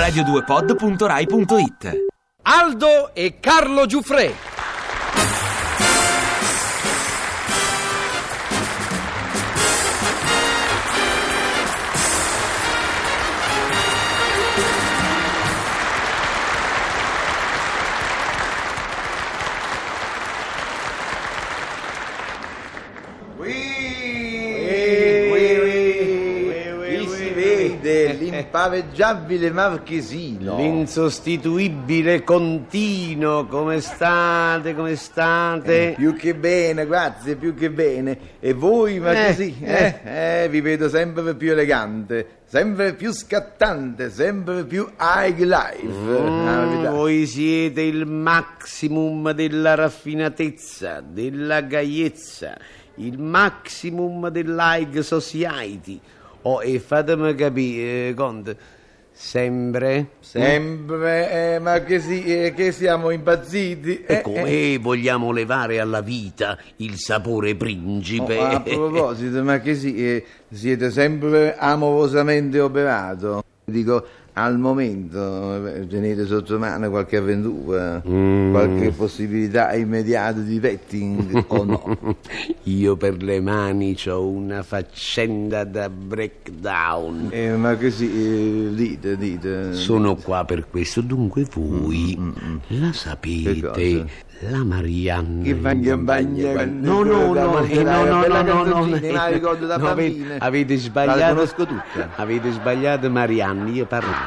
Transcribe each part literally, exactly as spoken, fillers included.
radio due pod punto rai punto it. Aldo e Carlo Giuffrè. L'impareggiabile Marchesino, l'insostituibile Contino. Come state, come state? Eh, più che bene, grazie, più che bene. E voi, Marchesino? Eh, eh, eh, vi vedo sempre più elegante, sempre più scattante, sempre più high life. Mm, voi siete il maximum della raffinatezza, della gaiezza, il maximum dell'high society. Oh, e fatemi capire, Conte, sempre? Sempre, eh, ma che, si, eh, che siamo impazziti. E eh, come eh. vogliamo levare alla vita il sapore principe? Oh, a proposito, ma che si, eh, siete sempre amorosamente operato? Dico, al momento eh, tenete sotto mano qualche avventura, mm. qualche possibilità immediata di vetting o no? Io per le mani c'ho una faccenda da breakdown. Eh, ma che si, eh, dite, dite. Sono qua per questo, dunque voi mm, mm, mm. la sapete, la Marianna. Che va in campagna. No, no, no, no, no, no, no, no, me la ricordo da bambina. Avete sbagliato. La conosco tutta. Avete sbagliato Marianna, io parlavo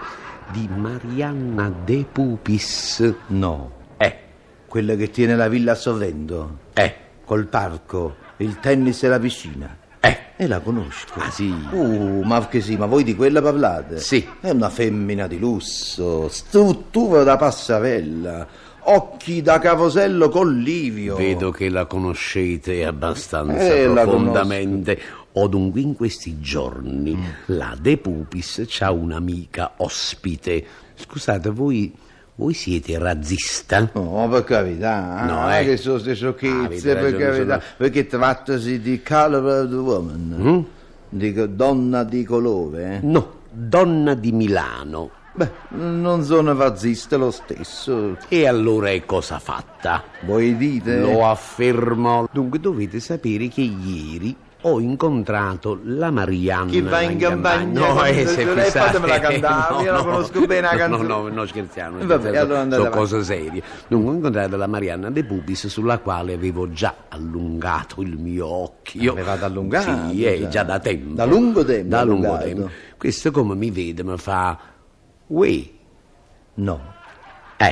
di Marianna De Pupis. No. Eh. Quella che tiene la villa a Sorrento. Eh. Col parco, il tennis e la piscina. Eh. E la conosco. Ah, sì? Uh, ma che sì, ma voi di quella parlate? Sì. È una femmina di lusso, struttura da passarella, occhi da carosello con livio. Vedo che la conoscete abbastanza eh, profondamente. O dunque in questi giorni mm. la De Pupis c'ha un'amica ospite. Scusate, voi... Voi siete razzista? No, per carità, no, eh. eh. che sono queste sciocchezze, ah, per carità, sono... perché trattasi di colored woman, mm? dico donna di colore. Eh? No, donna di Milano. Beh, non sono razzista lo stesso. E allora è cosa fatta? Voi dite? Lo affermo. Dunque dovete sapere che ieri ho incontrato la Marianna. Che va in campagna? No, eh, se fatemela cantare, no, io la conosco no, bene la canzone. No, no, no, scherziamo. Vabbè, allora sono avanti. Cose serie. Dunque ho incontrato la Marianna De Pupis, sulla quale avevo già allungato il mio occhio. Avevate allungato? Sì, eh, già da tempo. Da lungo tempo? Da lungo tempo. Questo come mi vede mi fa... Uè. No. Eh.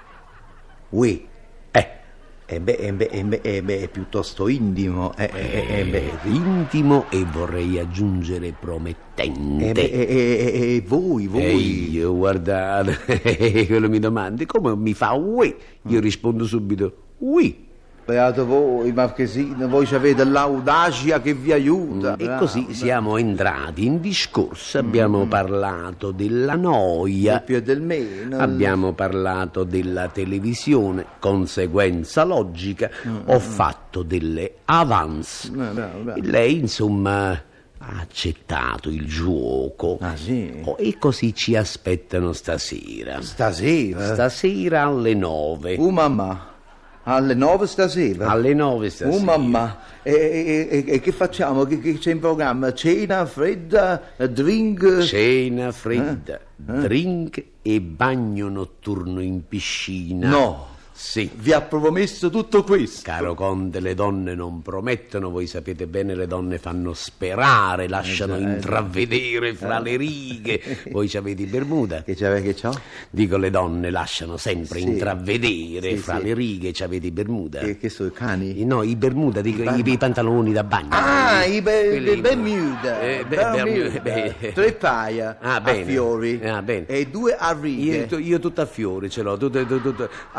Uè. Eh. E beh, e beh, e beh, e beh, è piuttosto intimo. Eh, eh, eh, beh. Intimo e vorrei aggiungere promettente. E, beh, e, e, e voi, voi. E io, guardate, quello mi domandi, come mi fa uè? Io rispondo subito, uè. Beato voi, Marchesino, voi avete l'audacia che vi aiuta. E così siamo entrati in discorso, abbiamo mm. parlato della noia, del più e del meno. Abbiamo parlato della televisione, conseguenza logica, mm. ho fatto delle avance. Bravo, bravo. E lei, insomma, ha accettato il gioco. Ah, sì? Oh, e così ci aspettano stasera. Stasera? Stasera alle nove. Oh, mamma. Alle nove stasera? Alle nove stasera. Oh mamma, e, e, e, e che facciamo? Che, che c'è in programma? Cena fredda, drink? Cena fredda, eh? drink e bagno notturno in piscina. No. Sì. Vi ha promesso tutto questo? Caro Conte, le donne non promettono, voi sapete bene, le donne fanno sperare, lasciano eh, intravedere fra eh. le righe. Voi ci avete i Bermuda? Che c'è, che c'ho? Dico, le donne lasciano sempre sì. intravedere sì, fra sì. le righe, ci avete i Bermuda? Che, che sono i cani? No, i Bermuda, dico, i, i, i pantaloni da bagno. Ah, i be, be, Bermuda. Eh, be, Bermuda. Be, Tre paia ah, a bene. fiori Ah, bene. e due a righe. Io, io tutto a fiori ce l'ho. Tutto, tutto, tutto. Allora facciamo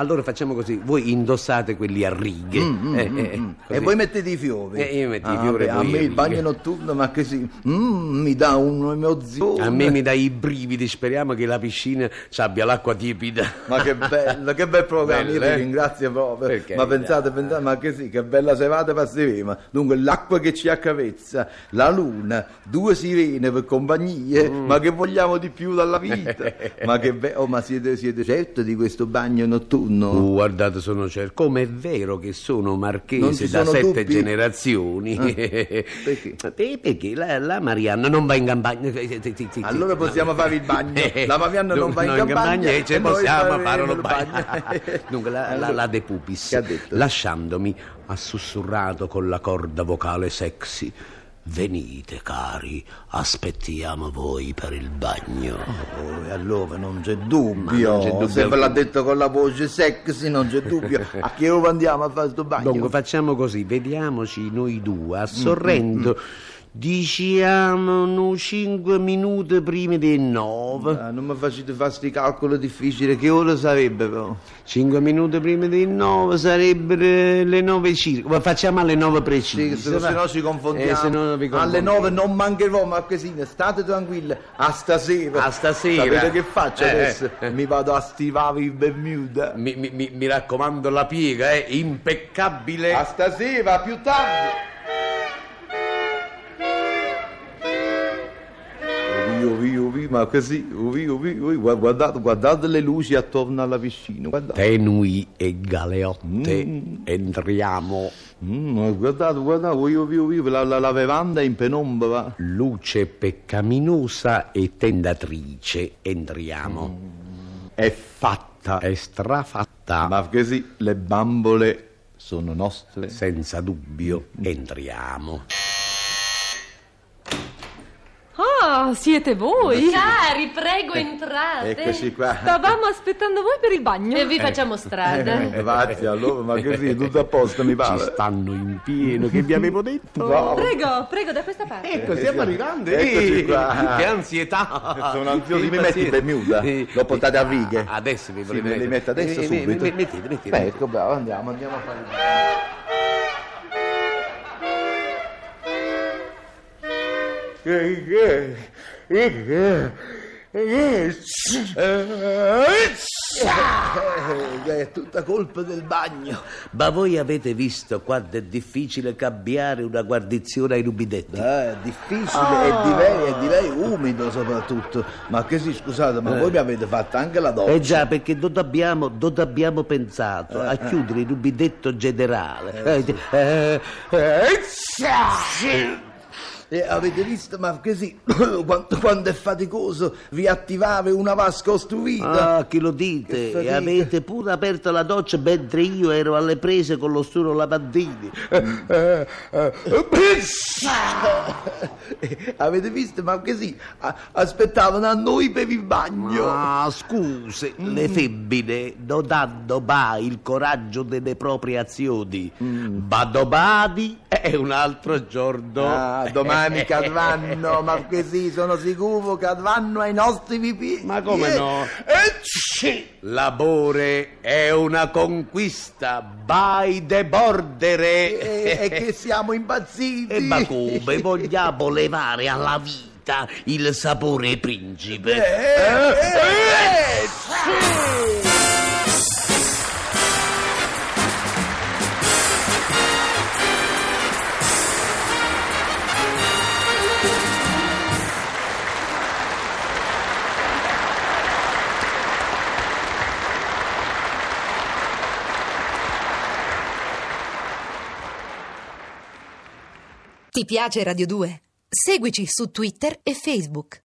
facciamo così, voi indossate quelli a righe. Mm, eh, mm, eh, mm. così. E voi mettete i fiori. Eh, io metto i Ah, fiori, beh, a voi me le il bagno righe. notturno, ma che si mm, mi dà una emozione. A me mi dà i brividi, speriamo che la piscina ci abbia l'acqua tiepida. Ma che bello, che bel programma, io Bello, vi eh? ringrazio proprio. Perché? Ma pensate, pensate, ma che sì, che bella serata passeremo. Dunque l'acqua che ci accarezza, la luna, due sirene per compagnie, Mm. ma che vogliamo di più dalla vita? Ma che be- oh, ma siete, siete certi di questo bagno notturno? Uh, guardate, sono certo. Come è vero che sono Non marchese ci da sono sette dubbi? generazioni. Perché? Eh, perché la, la Marianna non va in campagna. Eh, sì, sì, sì, sì. Allora possiamo fare il bagno. La Marianna non va in no, campagna e ce e noi possiamo faremo fare uno il bagno. bagno. Dunque, la, la, Allora, la De Pupis, che ha detto? lasciandomi, ha sussurrato con la corda vocale sexy: venite, cari, aspettiamo voi per il bagno. Oh, e allora non c'è dubbio, Ma non c'è dubbio se ve l'ha alcuno. detto con la voce sexy non c'è dubbio. A che ora andiamo a fare sto bagno? Dunque, facciamo così, vediamoci noi due a Sorrento. Diciamo cinque minuti prima delle nove. Ah, non mi facete fare sti calcoli difficili, che ora sarebbero? Cinque minuti prima delle nove sarebbero le nove circa. Ma facciamo alle nove Sì, precise. se, se no ci confondiamo. Eh, se no vi Alle confondiamo. nove non mancherò, Marchesina, state tranquille, a stasera. A stasera. Sapete che faccio Eh, adesso? eh. Mi vado a stivare in Bermuda. Mi, mi- mi- mi raccomando la piega, è impeccabile. A stasera, a più tardi. Io, io, io, ma così, io, io, io, guardate, guardate le luci attorno alla piscina, guardate. Tenui e galeotte, entriamo. Mm, guardate, guardate, io, io, io, la, la, la veranda è in penombra. Luce peccaminosa e tendatrice, entriamo. È fatta. È strafatta. Ma così, le bambole sono nostre. Senza dubbio, entriamo. Ah, siete voi? Cari, prego, entrate. Eccoci qua. Stavamo aspettando voi per il bagno. E vi facciamo strada. Eh, grazie, allora, ma così, tutto a posto, mi Ci pare. stanno in pieno, che vi avevo detto. Bravo. Prego, prego, da questa parte. Ecco, stiamo arrivando. Eccoci qua. Che ansietà. Sono ansioso, Che mi metti in pazienza. Bermuda? Eh, Lo portate a righe? Adesso vi Sì, volete me li metto adesso Eh, eh, subito. eh, Mettete, mettete. Beh, ecco, bravo, andiamo, andiamo a fare il bagno. Che, che, che, che, che, eh, è tutta colpa del bagno. Ma voi avete visto quanto è difficile cambiare una guarnizione ai rubinetti? Eh, è difficile, e direi, e direi umido soprattutto. Ma che sì, scusate, ma voi mi avete fatto anche la doccia? Eh già, perché non abbiamo, non abbiamo pensato a chiudere il rubinetto generale. Eh, eh, eh, E avete visto, ma che sì, quanto, quanto è faticoso riattivare una vasca ostruita? Ah, chi lo Che dite? fatica. E avete pure aperto la doccia mentre io ero alle prese con lo studio lavandini. Eh, avete visto, ma che sì, a- aspettavano a noi per il bagno. Ah, scuse, le femmine non hanno mai il coraggio delle proprie azioni. Ma domani è un altro giorno. Ah, domani cadranno, ma che sì, sono sicuro cadranno ai nostri piedi. Ma come no? L'amore è una conquista, by the bordere. E, e che siamo impazziti. E ma come vogliamo levare alla vita il sapore principe? Eh, eh, sì. Ti piace Radio due? Seguici su Twitter e Facebook.